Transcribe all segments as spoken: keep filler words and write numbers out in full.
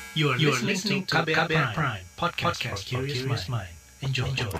You are listening to K B R Prime, Prime podcast, podcast for curious mind. Enjoy. Enjoy.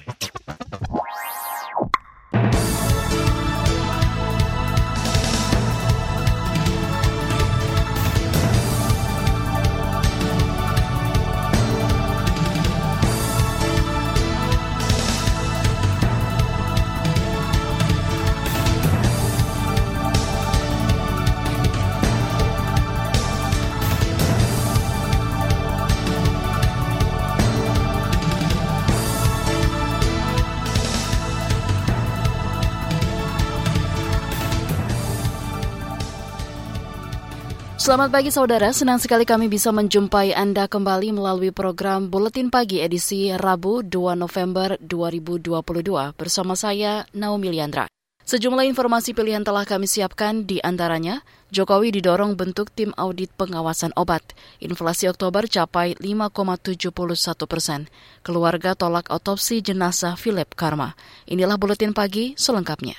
Selamat pagi saudara, senang sekali kami bisa menjumpai Anda kembali melalui program Buletin Pagi edisi Rabu dua November dua ribu dua puluh dua bersama saya Naomi Liandra. Sejumlah informasi pilihan telah kami siapkan, di antaranya Jokowi didorong bentuk tim audit pengawasan obat. Inflasi Oktober capai lima koma tujuh satu persen. Keluarga tolak otopsi jenazah Philip Karma. Inilah Buletin Pagi selengkapnya.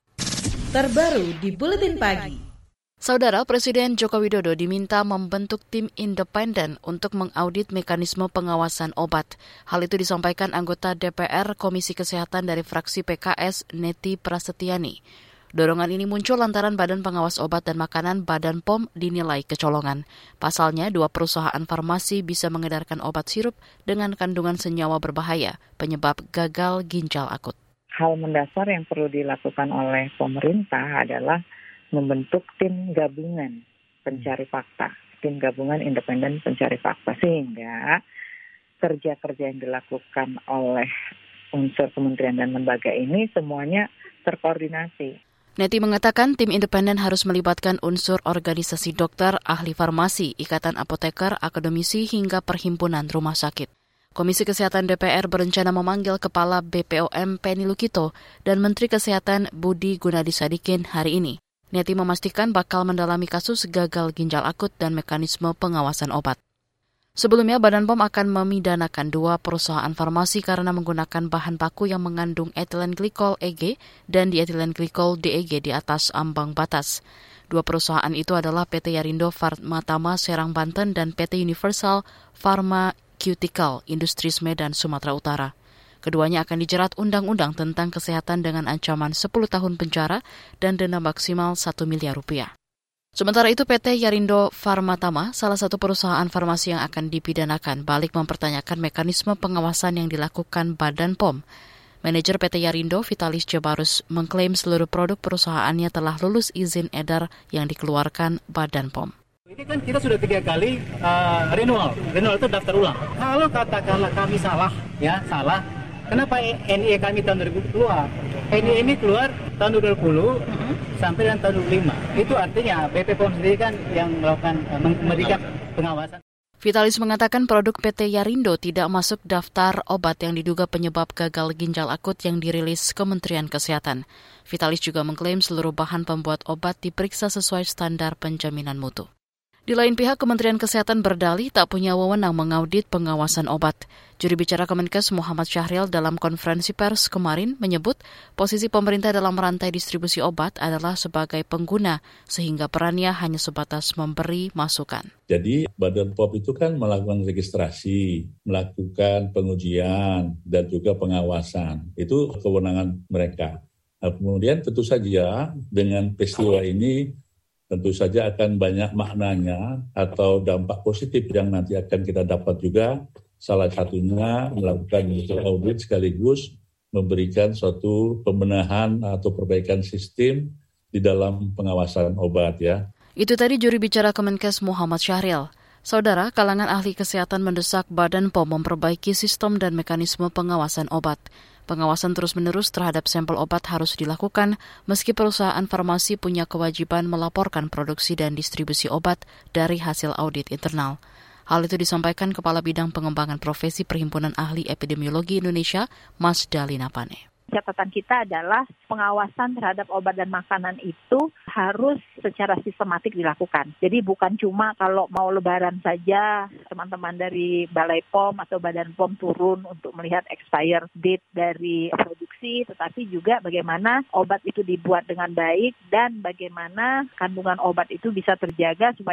Terbaru di Buletin Pagi. Saudara, Presiden Joko Widodo diminta membentuk tim independen untuk mengaudit mekanisme pengawasan obat. Hal itu disampaikan anggota D P R Komisi Kesehatan dari fraksi P K S, Neti Prasetyani. Dorongan ini muncul lantaran Badan Pengawas Obat dan Makanan Badan P O M dinilai kecolongan. Pasalnya, dua perusahaan farmasi bisa mengedarkan obat sirup dengan kandungan senyawa berbahaya, penyebab gagal ginjal akut. Hal mendasar yang perlu dilakukan oleh pemerintah adalah membentuk tim gabungan pencari fakta, tim gabungan independen pencari fakta, sehingga kerja-kerja yang dilakukan oleh unsur kementerian dan lembaga ini semuanya terkoordinasi. Neti mengatakan tim independen harus melibatkan unsur organisasi dokter, ahli farmasi, ikatan apoteker, akademisi, hingga perhimpunan rumah sakit. Komisi Kesehatan D P R berencana memanggil Kepala B P O M Penny Lukito dan Menteri Kesehatan Budi Gunadi Sadikin hari ini. Neti memastikan bakal mendalami kasus gagal ginjal akut dan mekanisme pengawasan obat. Sebelumnya, Badan P O M akan memidanakan dua perusahaan farmasi karena menggunakan bahan baku yang mengandung etilen glikol E G dan dietilen glikol D E G di atas ambang batas. Dua perusahaan itu adalah P T Yarindo Pharmatama Serang Banten dan P T Universal Pharmaceutical Industries Medan Sumatera Utara. Keduanya akan dijerat undang-undang tentang kesehatan dengan ancaman sepuluh tahun penjara dan denda maksimal satu miliar rupiah. Sementara itu, P T Yarindo Pharmatama, salah satu perusahaan farmasi yang akan dipidanakan, balik mempertanyakan mekanisme pengawasan yang dilakukan Badan P O M. Manajer P T Yarindo, Vitalis Jabarus, mengklaim seluruh produk perusahaannya telah lulus izin edar yang dikeluarkan Badan P O M. Ini kan kita sudah tiga kali uh, renewal, renewal itu daftar ulang. Kalau katakanlah kami salah, ya salah, kenapa N I E kami tahun dua ribu keluar? N I E ini keluar tahun dua ribu dua puluh uh-huh. sampai dengan tahun dua ribu lima. Itu artinya B P P O M sendiri kan yang melakukan uh, memberikan pengawasan. Vitalis mengatakan produk P T Yarindo tidak masuk daftar obat yang diduga penyebab gagal ginjal akut yang dirilis Kementerian Kesehatan. Vitalis juga mengklaim seluruh bahan pembuat obat diperiksa sesuai standar penjaminan mutu. Di lain pihak, Kementerian Kesehatan berdalih tak punya wewenang mengaudit pengawasan obat. Juru bicara Kemenkes Muhammad Syahril dalam konferensi pers kemarin menyebut posisi pemerintah dalam rantai distribusi obat adalah sebagai pengguna, sehingga perannya hanya sebatas memberi masukan. Jadi Badan P O M itu kan melakukan registrasi, melakukan pengujian, dan juga pengawasan. Itu kewenangan mereka. Nah, kemudian tentu saja dengan peristiwa ini tentu saja akan banyak maknanya atau dampak positif yang nanti akan kita dapat juga. Salah satunya melakukan audit sekaligus memberikan suatu pembenahan atau perbaikan sistem di dalam pengawasan obat ya. Itu tadi juru bicara Kemenkes Muhammad Syahril. Saudara, kalangan ahli kesehatan mendesak Badan P O M memperbaiki sistem dan mekanisme pengawasan obat. Pengawasan terus-menerus terhadap sampel obat harus dilakukan meski perusahaan farmasi punya kewajiban melaporkan produksi dan distribusi obat dari hasil audit internal. Hal itu disampaikan Kepala Bidang Pengembangan Profesi Perhimpunan Ahli Epidemiologi Indonesia, Mas Dalina Pane. Catatan kita adalah pengawasan terhadap obat dan makanan itu harus secara sistematik dilakukan. Jadi bukan cuma kalau mau lebaran saja teman-teman dari Balai P O M atau Badan P O M turun untuk melihat expire date dari produksi, tetapi juga bagaimana obat itu dibuat dengan baik dan bagaimana kandungan obat itu bisa terjaga supaya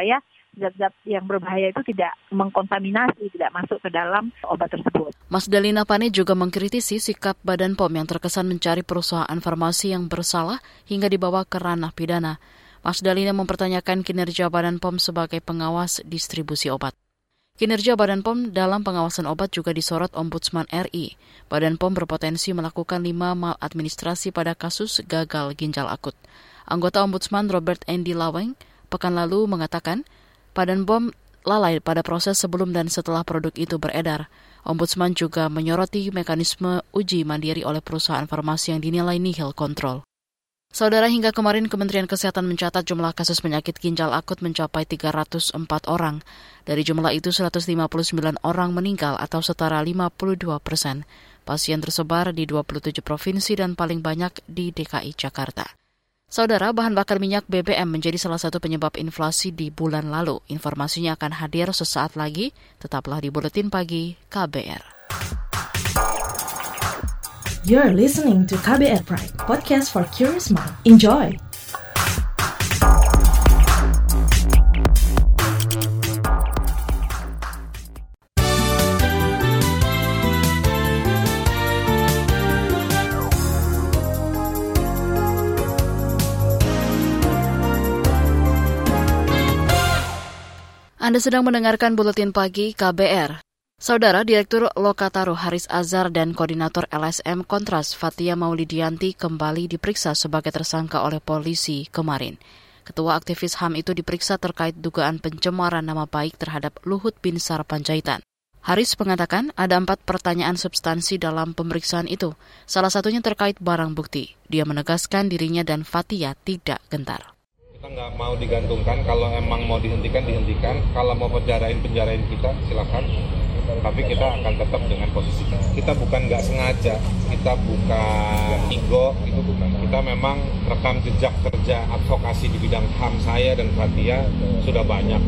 zat-zat yang berbahaya itu tidak mengkontaminasi, tidak masuk ke dalam obat tersebut. Mas Dalina Pane juga mengkritisi sikap Badan P O M yang terkesan mencari perusahaan farmasi yang bersalah hingga dibawa ke ranah pidana. Mas Dalina mempertanyakan kinerja Badan P O M sebagai pengawas distribusi obat. Kinerja Badan P O M dalam pengawasan obat juga disorot Ombudsman R I. Badan P O M berpotensi melakukan lima maladministrasi pada kasus gagal ginjal akut. Anggota Ombudsman Robert Andy Laweng pekan lalu mengatakan Badan P O M lalai pada proses sebelum dan setelah produk itu beredar. Ombudsman juga menyoroti mekanisme uji mandiri oleh perusahaan farmasi yang dinilai nihil kontrol. Saudara, hingga kemarin Kementerian Kesehatan mencatat jumlah kasus penyakit ginjal akut mencapai tiga ratus empat orang. Dari jumlah itu seratus lima puluh sembilan orang meninggal atau setara lima puluh dua persen. Pasien tersebar di dua puluh tujuh provinsi dan paling banyak di D K I Jakarta. Saudara, bahan bakar minyak B B M menjadi salah satu penyebab inflasi di bulan lalu. Informasinya akan hadir sesaat lagi. Tetaplah di Buletin Pagi K B R. You're listening to K B R Prime, podcast for curious mind. Enjoy! Anda sedang mendengarkan Buletin Pagi K B R. Saudara, Direktur Lokataru Haris Azhar dan Koordinator L S M Kontras Fathia Maulidianti kembali diperiksa sebagai tersangka oleh polisi kemarin. Ketua aktivis H A M itu diperiksa terkait dugaan pencemaran nama baik terhadap Luhut Binsar Panjaitan. Haris mengatakan ada empat pertanyaan substansi dalam pemeriksaan itu, salah satunya terkait barang bukti. Dia menegaskan dirinya dan Fathia tidak gentar. Kita nggak mau digantungkan, kalau emang mau dihentikan, dihentikan. Kalau mau penjarain, penjarain kita, silakan. Tapi kita akan tetap dengan posisi kita. Kita bukan nggak sengaja, kita bukan ego, itu bukan. Kita memang rekam jejak kerja advokasi di bidang H A M saya dan Fathia sudah banyak.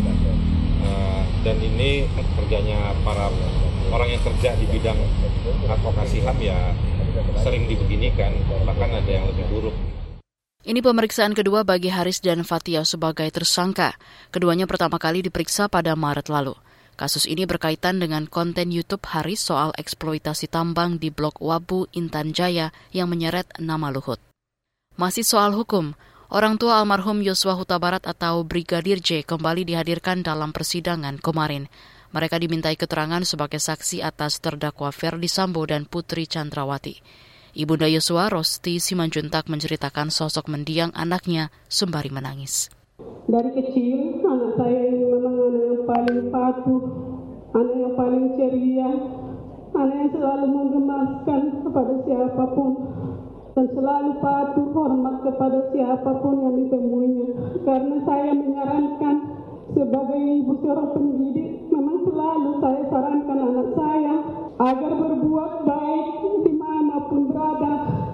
Uh, dan ini kerjanya para orang yang kerja di bidang advokasi H A M ya sering dibeginikan, bahkan ada yang lebih buruk. Ini pemeriksaan kedua bagi Haris dan Fathia sebagai tersangka. Keduanya pertama kali diperiksa pada Maret lalu. Kasus ini berkaitan dengan konten YouTube Haris soal eksploitasi tambang di Blok Wabu, Intan Jaya yang menyeret nama Luhut. Masih soal hukum, orang tua almarhum Yosua Huta Barat atau Brigadir J kembali dihadirkan dalam persidangan kemarin. Mereka dimintai keterangan sebagai saksi atas terdakwa Ferdi Sambo dan Putri Chandrawati. Ibunda Yosua, Rosti Simanjuntak, menceritakan sosok mendiang anaknya sembari menangis. Dari kecil, anak saya ini memang anak yang paling patuh, anak yang paling ceria, anak yang selalu menggemaskan kepada siapapun, dan selalu patuh hormat kepada siapapun yang ditemuinya. Karena saya menyarankan sebagai ibu seorang pendidik, memang selalu saya sarankan anak saya agar berbuat baik dimanapun berada.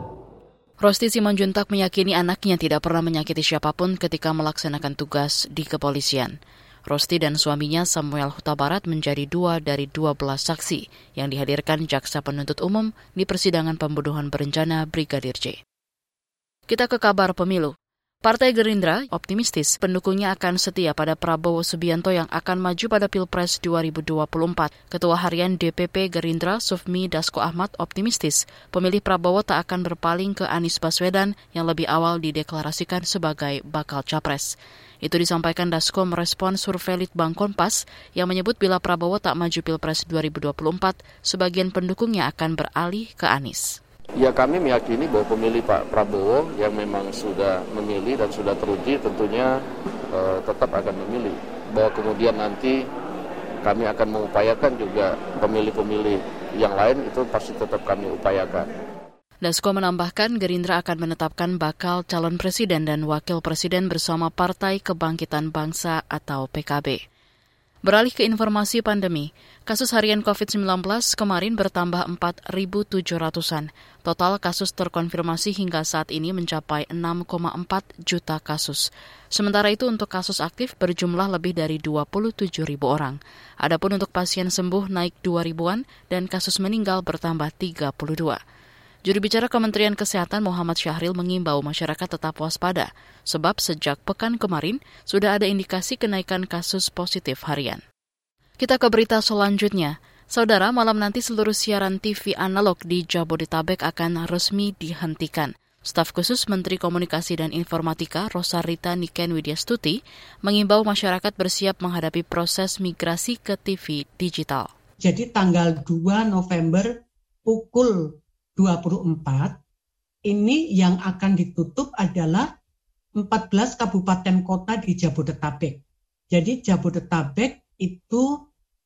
Rosti Simanjuntak meyakini anaknya tidak pernah menyakiti siapapun ketika melaksanakan tugas di kepolisian. Rosti dan suaminya Samuel Huta Barat menjadi dua dari dua belas saksi yang dihadirkan Jaksa Penuntut Umum di persidangan pembunuhan berencana Brigadir J. Kita ke kabar pemilu. Partai Gerindra optimistis pendukungnya akan setia pada Prabowo Subianto yang akan maju pada Pilpres dua ribu dua puluh empat. Ketua Harian D P P Gerindra Sufmi Dasko Ahmad optimistis pemilih Prabowo tak akan berpaling ke Anies Baswedan yang lebih awal dideklarasikan sebagai bakal capres. Itu disampaikan Dasko merespon survei Litbang Kompas yang menyebut bila Prabowo tak maju Pilpres dua ribu dua puluh empat, sebagian pendukungnya akan beralih ke Anies. Ya, kami meyakini bahwa pemilih Pak Prabowo yang memang sudah memilih dan sudah teruji tentunya eh, tetap akan memilih. Bahwa kemudian nanti kami akan mengupayakan juga pemilih-pemilih yang lain itu pasti tetap kami upayakan. Dasko menambahkan Gerindra akan menetapkan bakal calon presiden dan wakil presiden bersama Partai Kebangkitan Bangsa atau P K B. Beralih ke informasi pandemi, kasus harian covid sembilan belas kemarin bertambah empat ribu tujuh ratusan. Total kasus terkonfirmasi hingga saat ini mencapai enam koma empat juta kasus. Sementara itu untuk kasus aktif berjumlah lebih dari dua puluh tujuh ribu orang. Adapun untuk pasien sembuh naik dua ribuan dan kasus meninggal bertambah tiga puluh dua. Juru bicara Kementerian Kesehatan Muhammad Syahril mengimbau masyarakat tetap waspada, sebab sejak pekan kemarin sudah ada indikasi kenaikan kasus positif harian. Kita ke berita selanjutnya. Saudara, malam nanti seluruh siaran T V analog di Jabodetabek akan resmi dihentikan. Staf khusus Menteri Komunikasi dan Informatika Rosarita Niken Widyastuti mengimbau masyarakat bersiap menghadapi proses migrasi ke T V digital. Jadi tanggal dua November pukul dua puluh empat, ini yang akan ditutup adalah empat belas kabupaten kota di Jabodetabek. Jadi Jabodetabek itu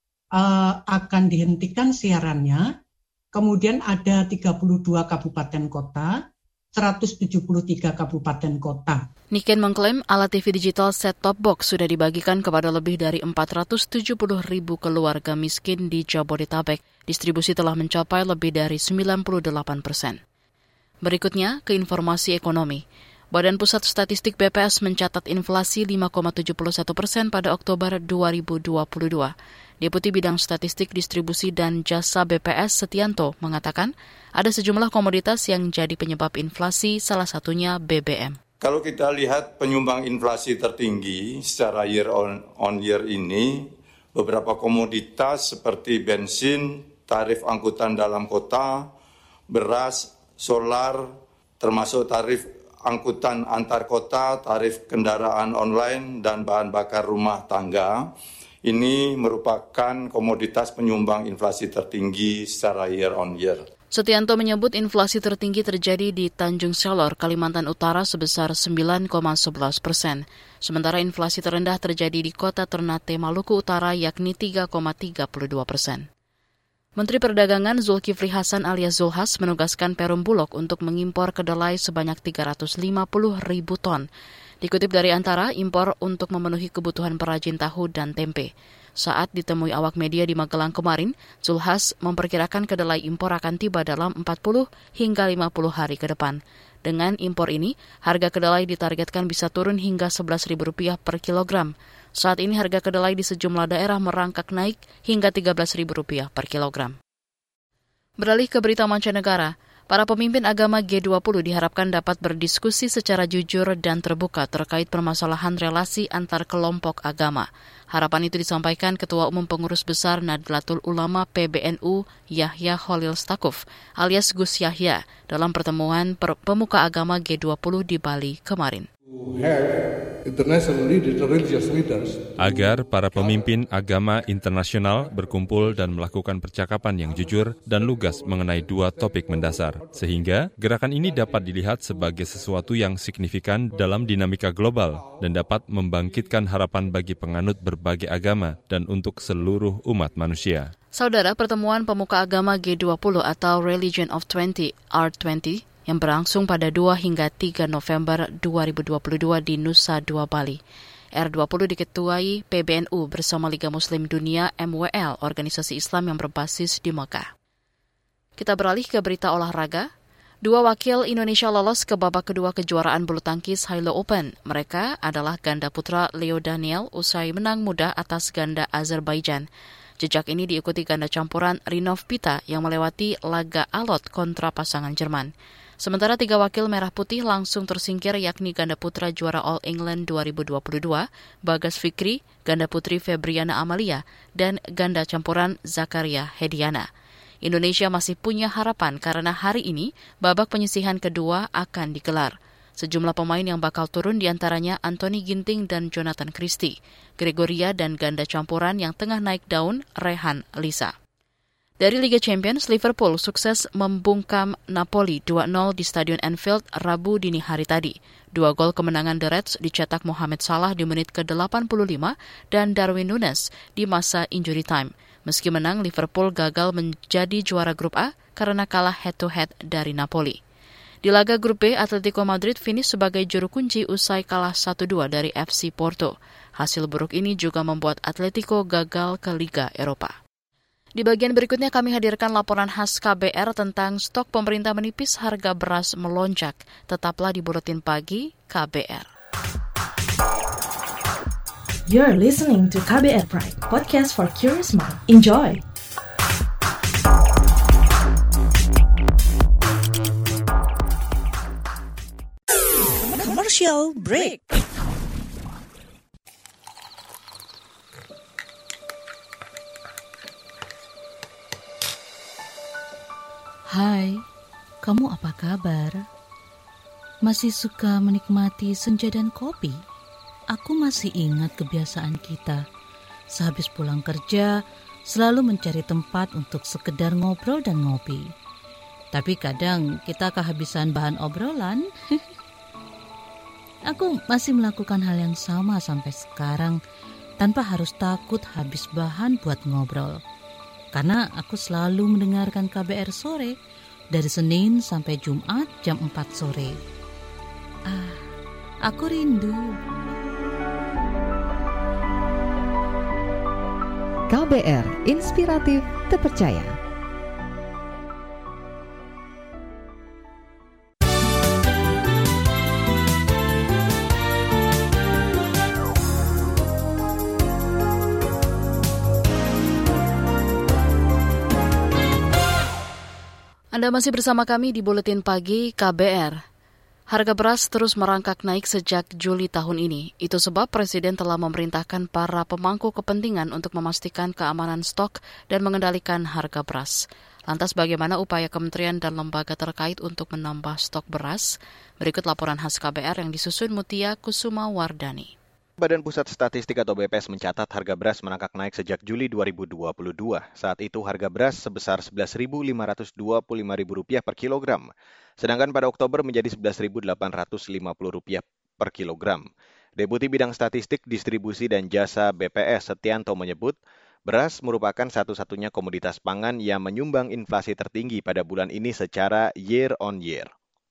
uh, akan dihentikan siarannya, kemudian ada tiga puluh dua kabupaten kota, seratus tujuh puluh tiga kabupaten kota. Niken mengklaim alat T V digital set-top box sudah dibagikan kepada lebih dari empat ratus tujuh puluh ribu keluarga miskin di Jabodetabek. Distribusi telah mencapai lebih dari sembilan puluh delapan persen. Berikutnya, ke informasi ekonomi. Badan Pusat Statistik B P S mencatat inflasi lima koma tujuh satu persen pada Oktober dua ribu dua puluh dua. Deputi Bidang Statistik Distribusi dan Jasa B P S Setianto mengatakan ada sejumlah komoditas yang jadi penyebab inflasi, salah satunya B B M. Kalau kita lihat penyumbang inflasi tertinggi secara year on, on year ini, beberapa komoditas seperti bensin, tarif angkutan dalam kota, beras, solar, termasuk tarif angkutan antar kota, tarif kendaraan online, dan bahan bakar rumah tangga. Ini merupakan komoditas penyumbang inflasi tertinggi secara year on year. Setianto menyebut inflasi tertinggi terjadi di Tanjung Selor, Kalimantan Utara sebesar sembilan koma sebelas persen. Sementara inflasi terendah terjadi di kota Ternate, Maluku Utara yakni tiga koma tiga dua persen. Menteri Perdagangan Zulkifli Hasan alias Zulhas menugaskan Perum Bulog untuk mengimpor kedelai sebanyak tiga ratus lima puluh ribu ton. Dikutip dari Antara, impor untuk memenuhi kebutuhan perajin tahu dan tempe. Saat ditemui awak media di Magelang kemarin, Zulhas memperkirakan kedelai impor akan tiba dalam empat puluh hingga lima puluh hari ke depan. Dengan impor ini, harga kedelai ditargetkan bisa turun hingga sebelas ribu rupiah per kilogram. Saat ini harga kedelai di sejumlah daerah merangkak naik hingga tiga belas ribu rupiah per kilogram. Beralih ke berita mancanegara, para pemimpin agama G dua puluh diharapkan dapat berdiskusi secara jujur dan terbuka terkait permasalahan relasi antar kelompok agama. Harapan itu disampaikan Ketua Umum Pengurus Besar Nahdlatul Ulama P B N U Yahya Khalil Stakuf alias Gus Yahya dalam pertemuan per- pemuka agama G dua puluh di Bali kemarin. Agar para pemimpin agama internasional berkumpul dan melakukan percakapan yang jujur dan lugas mengenai dua topik mendasar, sehingga gerakan ini dapat dilihat sebagai sesuatu yang signifikan dalam dinamika global dan dapat membangkitkan harapan bagi penganut berbagai agama dan untuk seluruh umat manusia. Saudara, pertemuan pemuka agama G dua puluh atau Religion of twenty R dua puluh yang berlangsung pada dua hingga tiga November dua ribu dua puluh dua di Nusa Dua Bali. R dua puluh diketuai P B N U bersama Liga Muslim Dunia M W L, organisasi Islam yang berbasis di Mekah. Kita beralih ke berita olahraga. Dua wakil Indonesia lolos ke babak kedua kejuaraan bulu tangkis Hilo Open. Mereka adalah ganda putra Leo Daniel usai menang mudah atas ganda Azerbaijan. Jejak ini diikuti ganda campuran Rinov Pita yang melewati laga alot kontra pasangan Jerman. Sementara tiga wakil merah putih langsung tersingkir yakni ganda putra juara All England dua ribu dua puluh dua, Bagas Fikri, ganda putri Febriana Amalia, dan ganda campuran Zakaria Hediana. Indonesia masih punya harapan karena hari ini babak penyisihan kedua akan digelar. Sejumlah pemain yang bakal turun diantaranya Anthony Ginting dan Jonathan Christie, Gregoria dan ganda campuran yang tengah naik daun Rehan Lisa. Dari Liga Champions, Liverpool sukses membungkam Napoli dua nol di Stadion Anfield Rabu dini hari tadi. Dua gol kemenangan The Reds dicetak Mohamed Salah di menit ke delapan puluh lima dan Darwin Núñez di masa injury time. Meski menang, Liverpool gagal menjadi juara grup A karena kalah head-to-head dari Napoli. Di laga grup B, Atletico Madrid finish sebagai juru kunci usai kalah satu dua dari F C Porto. Hasil buruk ini juga membuat Atletico gagal ke Liga Eropa. Di bagian berikutnya kami hadirkan laporan khas K B R tentang stok pemerintah menipis, harga beras melonjak. Tetaplah di Buletin Pagi K B R. You're listening to K B R Pride, podcast for curious mind. Enjoy! Commercial Break. Hai, kamu apa kabar? Masih suka menikmati senja dan kopi? Aku masih ingat kebiasaan kita. Sehabis pulang kerja, selalu mencari tempat untuk sekedar ngobrol dan ngopi. Tapi kadang kita kehabisan bahan obrolan. Aku masih melakukan hal yang sama sampai sekarang, tanpa harus takut habis bahan buat ngobrol. Karena aku selalu mendengarkan K B R Sore dari Senin sampai Jumat jam empat sore. Ah, aku rindu. K B R Inspiratif Terpercaya. Anda masih bersama kami di Buletin Pagi K B R. Harga beras terus merangkak naik sejak Juli tahun ini. Itu sebab Presiden telah memerintahkan para pemangku kepentingan untuk memastikan keamanan stok dan mengendalikan harga beras. Lantas bagaimana upaya kementerian dan lembaga terkait untuk menambah stok beras? Berikut laporan khas K B R yang disusun Mutia Kusuma Wardani. Badan Pusat Statistik atau B P S mencatat harga beras merangkak naik sejak Juli dua ribu dua puluh dua. Saat itu harga beras sebesar sebelas ribu lima ratus dua puluh lima rupiah per kilogram. Sedangkan pada Oktober menjadi sebelas ribu delapan ratus lima puluh rupiah per kilogram. Deputi Bidang Statistik, Distribusi dan Jasa B P S Setianto menyebut, beras merupakan satu-satunya komoditas pangan yang menyumbang inflasi tertinggi pada bulan ini secara year on year.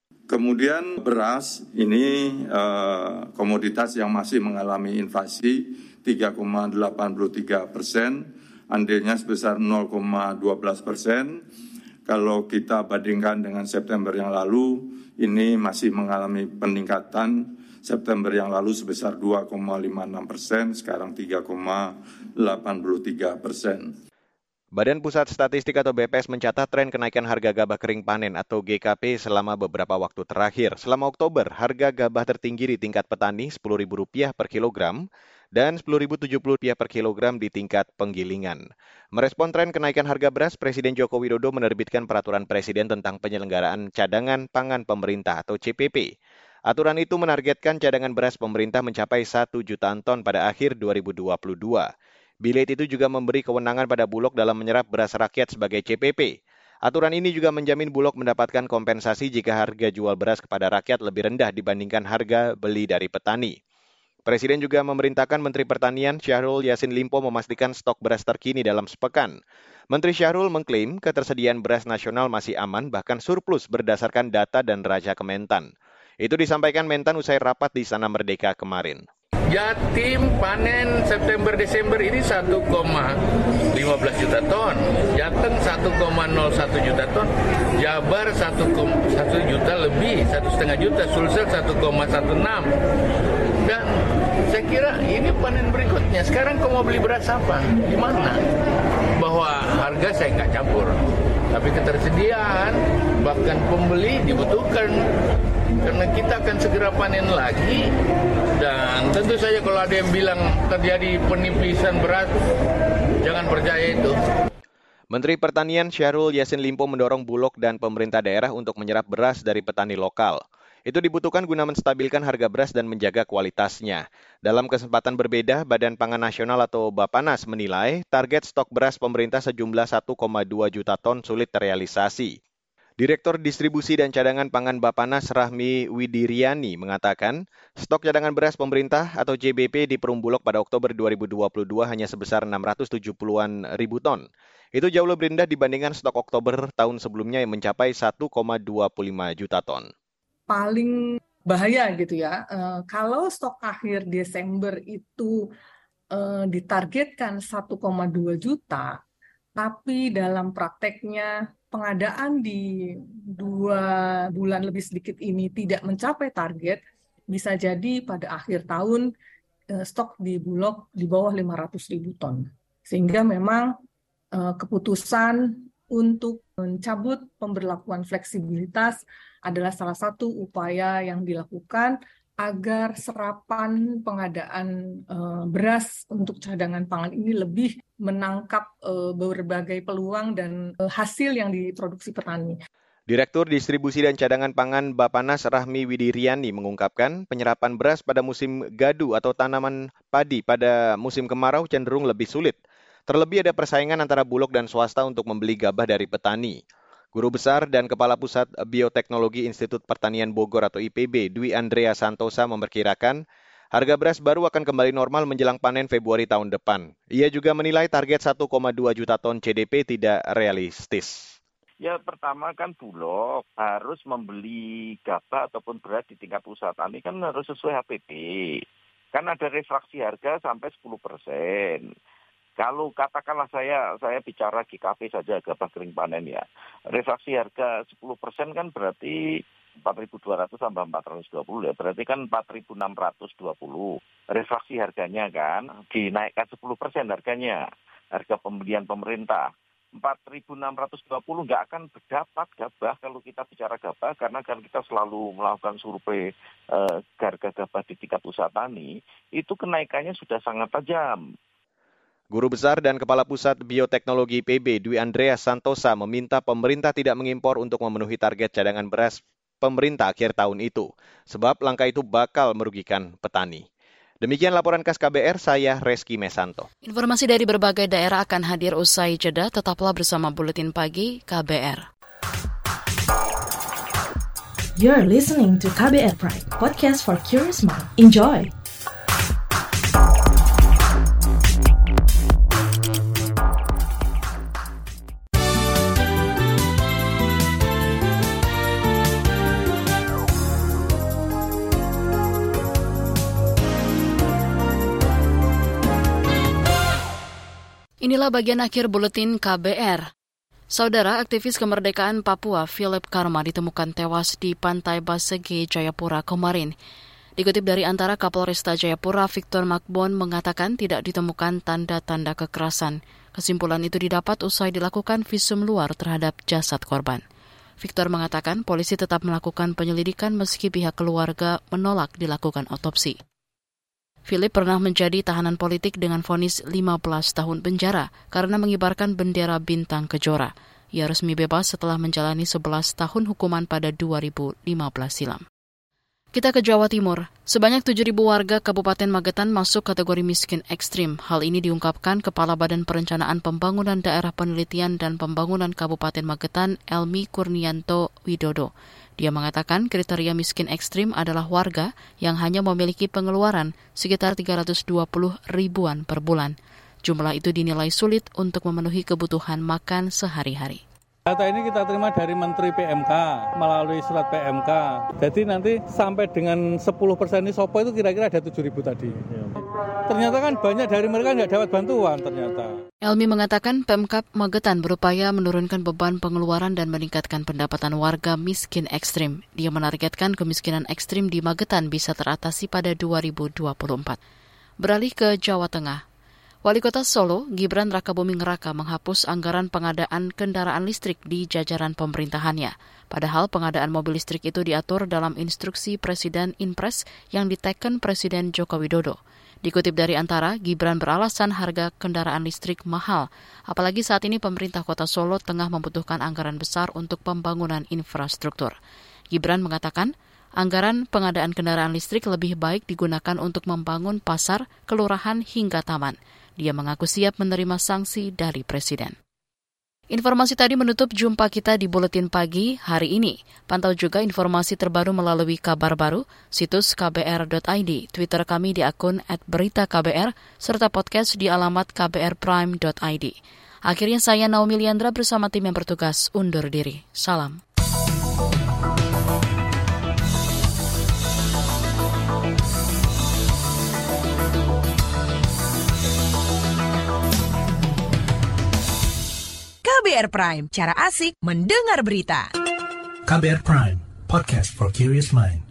Kemudian beras ini eh, komoditas yang masih mengalami inflasi tiga koma delapan tiga persen, andilnya sebesar nol koma dua belas persen. Kalau kita bandingkan dengan September yang lalu, ini masih mengalami peningkatan. September yang lalu sebesar dua koma lima enam persen, sekarang tiga koma delapan tiga persen. Badan Pusat Statistik atau B P S mencatat tren kenaikan harga gabah kering panen atau G K P selama beberapa waktu terakhir. Selama Oktober, harga gabah tertinggi di tingkat petani sepuluh ribu rupiah per kilogram dan sepuluh ribu tujuh puluh rupiah per kilogram di tingkat penggilingan. Merespon tren kenaikan harga beras, Presiden Joko Widodo menerbitkan peraturan Presiden tentang penyelenggaraan cadangan pangan pemerintah atau C P P. Aturan itu menargetkan cadangan beras pemerintah mencapai satu jutaan ton pada akhir dua ribu dua puluh dua. Bilet itu juga memberi kewenangan pada Bulog dalam menyerap beras rakyat sebagai C P P. Aturan ini juga menjamin Bulog mendapatkan kompensasi jika harga jual beras kepada rakyat lebih rendah dibandingkan harga beli dari petani. Presiden juga memerintahkan Menteri Pertanian Syahrul Yassin Limpo memastikan stok beras terkini dalam sepekan. Menteri Syahrul mengklaim ketersediaan beras nasional masih aman bahkan surplus berdasarkan data dan raja Kementan. Itu disampaikan Mentan usai rapat di Istana Merdeka kemarin. Jatim panen September-Desember ini satu koma lima belas juta ton, Jateng satu koma nol satu juta ton, Jabar satu juta lebih, satu setengah juta, Sulsel satu koma enam. Dan saya kira ini panen berikutnya. Sekarang kau mau beli beras apa? Di mana? Bahwa harga saya nggak campur, tapi ketersediaan bahkan pembeli dibutuhkan. Karena kita akan segera panen lagi, dan tentu saja kalau ada yang bilang terjadi penipisan beras, jangan percaya itu. Menteri Pertanian Syahrul Yassin Limpo mendorong Bulog dan pemerintah daerah untuk menyerap beras dari petani lokal. Itu dibutuhkan guna menstabilkan harga beras dan menjaga kualitasnya. Dalam kesempatan berbeda, Badan Pangan Nasional atau Bappenas menilai target stok beras pemerintah sejumlah satu koma dua juta ton sulit terrealisasi. Direktur Distribusi dan Cadangan Pangan Bappenas Rahmi Widiriani mengatakan, stok cadangan beras pemerintah atau J B P di Perum Bulog pada Oktober dua ribu dua puluh dua hanya sebesar enam ratus tujuh puluhan ribu ton. Itu jauh lebih rendah dibandingkan stok Oktober tahun sebelumnya yang mencapai satu koma dua puluh lima juta ton. Paling bahaya gitu ya, e, kalau stok akhir Desember itu e, ditargetkan satu koma dua juta, tapi dalam prakteknya pengadaan di dua bulan lebih sedikit ini tidak mencapai target, bisa jadi pada akhir tahun eh, stok di Bulog di bawah lima ratus ribu ton. Sehingga memang eh, keputusan untuk mencabut pemberlakuan fleksibilitas adalah salah satu upaya yang dilakukan agar serapan pengadaan uh, beras untuk cadangan pangan ini lebih menangkap uh, berbagai peluang dan uh, hasil yang diproduksi petani. Direktur Distribusi dan Cadangan Pangan Bapanas Rahmi Widiriani mengungkapkan penyerapan beras pada musim gadu atau tanaman padi pada musim kemarau cenderung lebih sulit. Terlebih ada persaingan antara Bulog dan swasta untuk membeli gabah dari petani. Guru Besar dan Kepala Pusat Bioteknologi Institut Pertanian Bogor atau I P B, Dwi Andrea Santosa memperkirakan harga beras baru akan kembali normal menjelang panen Februari tahun depan. Ia juga menilai target satu koma dua juta ton C D P tidak realistis. Ya pertama kan Bulog harus membeli gabah ataupun beras di tingkat usaha tani kan harus sesuai H P P. Kan ada refraksi harga sampai sepuluh persen. Kalau katakanlah saya saya bicara G K P saja, gabah kering panen ya. Refraksi harga sepuluh persen kan berarti empat ribu dua ratus tambah empat ratus dua puluh ya. Berarti kan empat ribu enam ratus dua puluh. Refraksi harganya kan dinaikkan sepuluh persen harganya. Harga pembelian pemerintah. empat ribu enam ratus dua puluh nggak akan berdapat gabah kalau kita bicara gabah karena kan kita selalu melakukan survei eh, harga gabah di tingkat usaha tani itu kenaikannya sudah sangat tajam. Guru Besar dan Kepala Pusat Bioteknologi I P B Dwi Andrea Santosa meminta pemerintah tidak mengimpor untuk memenuhi target cadangan beras pemerintah akhir tahun itu, sebab langkah itu bakal merugikan petani. Demikian laporan khas K B R, saya Reski Mesanto. Informasi dari berbagai daerah akan hadir usai jeda, tetaplah bersama Buletin Pagi K B R. You're listening to K B R Prime, podcast for curious mind. Enjoy! Inilah bagian akhir buletin K B R. Saudara, aktivis kemerdekaan Papua Philip Karma ditemukan tewas di Pantai Basege, Jayapura kemarin. Dikutip dari Antara, Kapolresta Jayapura Victor Makbon mengatakan tidak ditemukan tanda-tanda kekerasan. Kesimpulan itu didapat usai dilakukan visum luar terhadap jasad korban. Victor mengatakan polisi tetap melakukan penyelidikan meski pihak keluarga menolak dilakukan otopsi. Philip pernah menjadi tahanan politik dengan vonis lima belas tahun penjara karena mengibarkan bendera bintang kejora. Ia resmi bebas setelah menjalani sebelas tahun hukuman pada dua ribu lima belas silam. Kita ke Jawa Timur. Sebanyak tujuh ribu warga Kabupaten Magetan masuk kategori miskin ekstrim. Hal ini diungkapkan Kepala Badan Perencanaan Pembangunan Daerah Penelitian dan Pembangunan Kabupaten Magetan, Elmi Kurnianto Widodo. Dia mengatakan kriteria miskin ekstrim adalah warga yang hanya memiliki pengeluaran sekitar tiga ratus dua puluh ribuan per bulan. Jumlah itu dinilai sulit untuk memenuhi kebutuhan makan sehari-hari. Data ini kita terima dari Menteri P M K melalui surat P M K. Jadi nanti sampai dengan sepuluh persen ini sopo itu kira-kira ada tujuh ribu tadi. Ternyata kan banyak dari mereka nggak dapat bantuan ternyata. Elmi mengatakan Pemkab Magetan berupaya menurunkan beban pengeluaran dan meningkatkan pendapatan warga miskin ekstrim. Dia menargetkan kemiskinan ekstrim di Magetan bisa teratasi pada dua ribu dua puluh empat. Beralih ke Jawa Tengah. Wali Kota Solo, Gibran Rakabuming Raka menghapus anggaran pengadaan kendaraan listrik di jajaran pemerintahannya. Padahal pengadaan mobil listrik itu diatur dalam instruksi Presiden Inpres yang diteken Presiden Joko Widodo. Dikutip dari Antara, Gibran beralasan harga kendaraan listrik mahal, apalagi saat ini pemerintah Kota Solo tengah membutuhkan anggaran besar untuk pembangunan infrastruktur. Gibran mengatakan, anggaran pengadaan kendaraan listrik lebih baik digunakan untuk membangun pasar, kelurahan, hingga taman. Dia mengaku siap menerima sanksi dari Presiden. Informasi tadi menutup jumpa kita di Buletin Pagi hari ini. Pantau juga informasi terbaru melalui kabar baru, situs k b r dot i d, Twitter kami di akun at berita k b r, serta podcast di alamat k b r prime dot i d. Akhirnya saya Naomi Liandra bersama tim yang bertugas undur diri. Salam. K B R Prime, cara asik mendengar berita. K B R Prime, podcast for curious mind.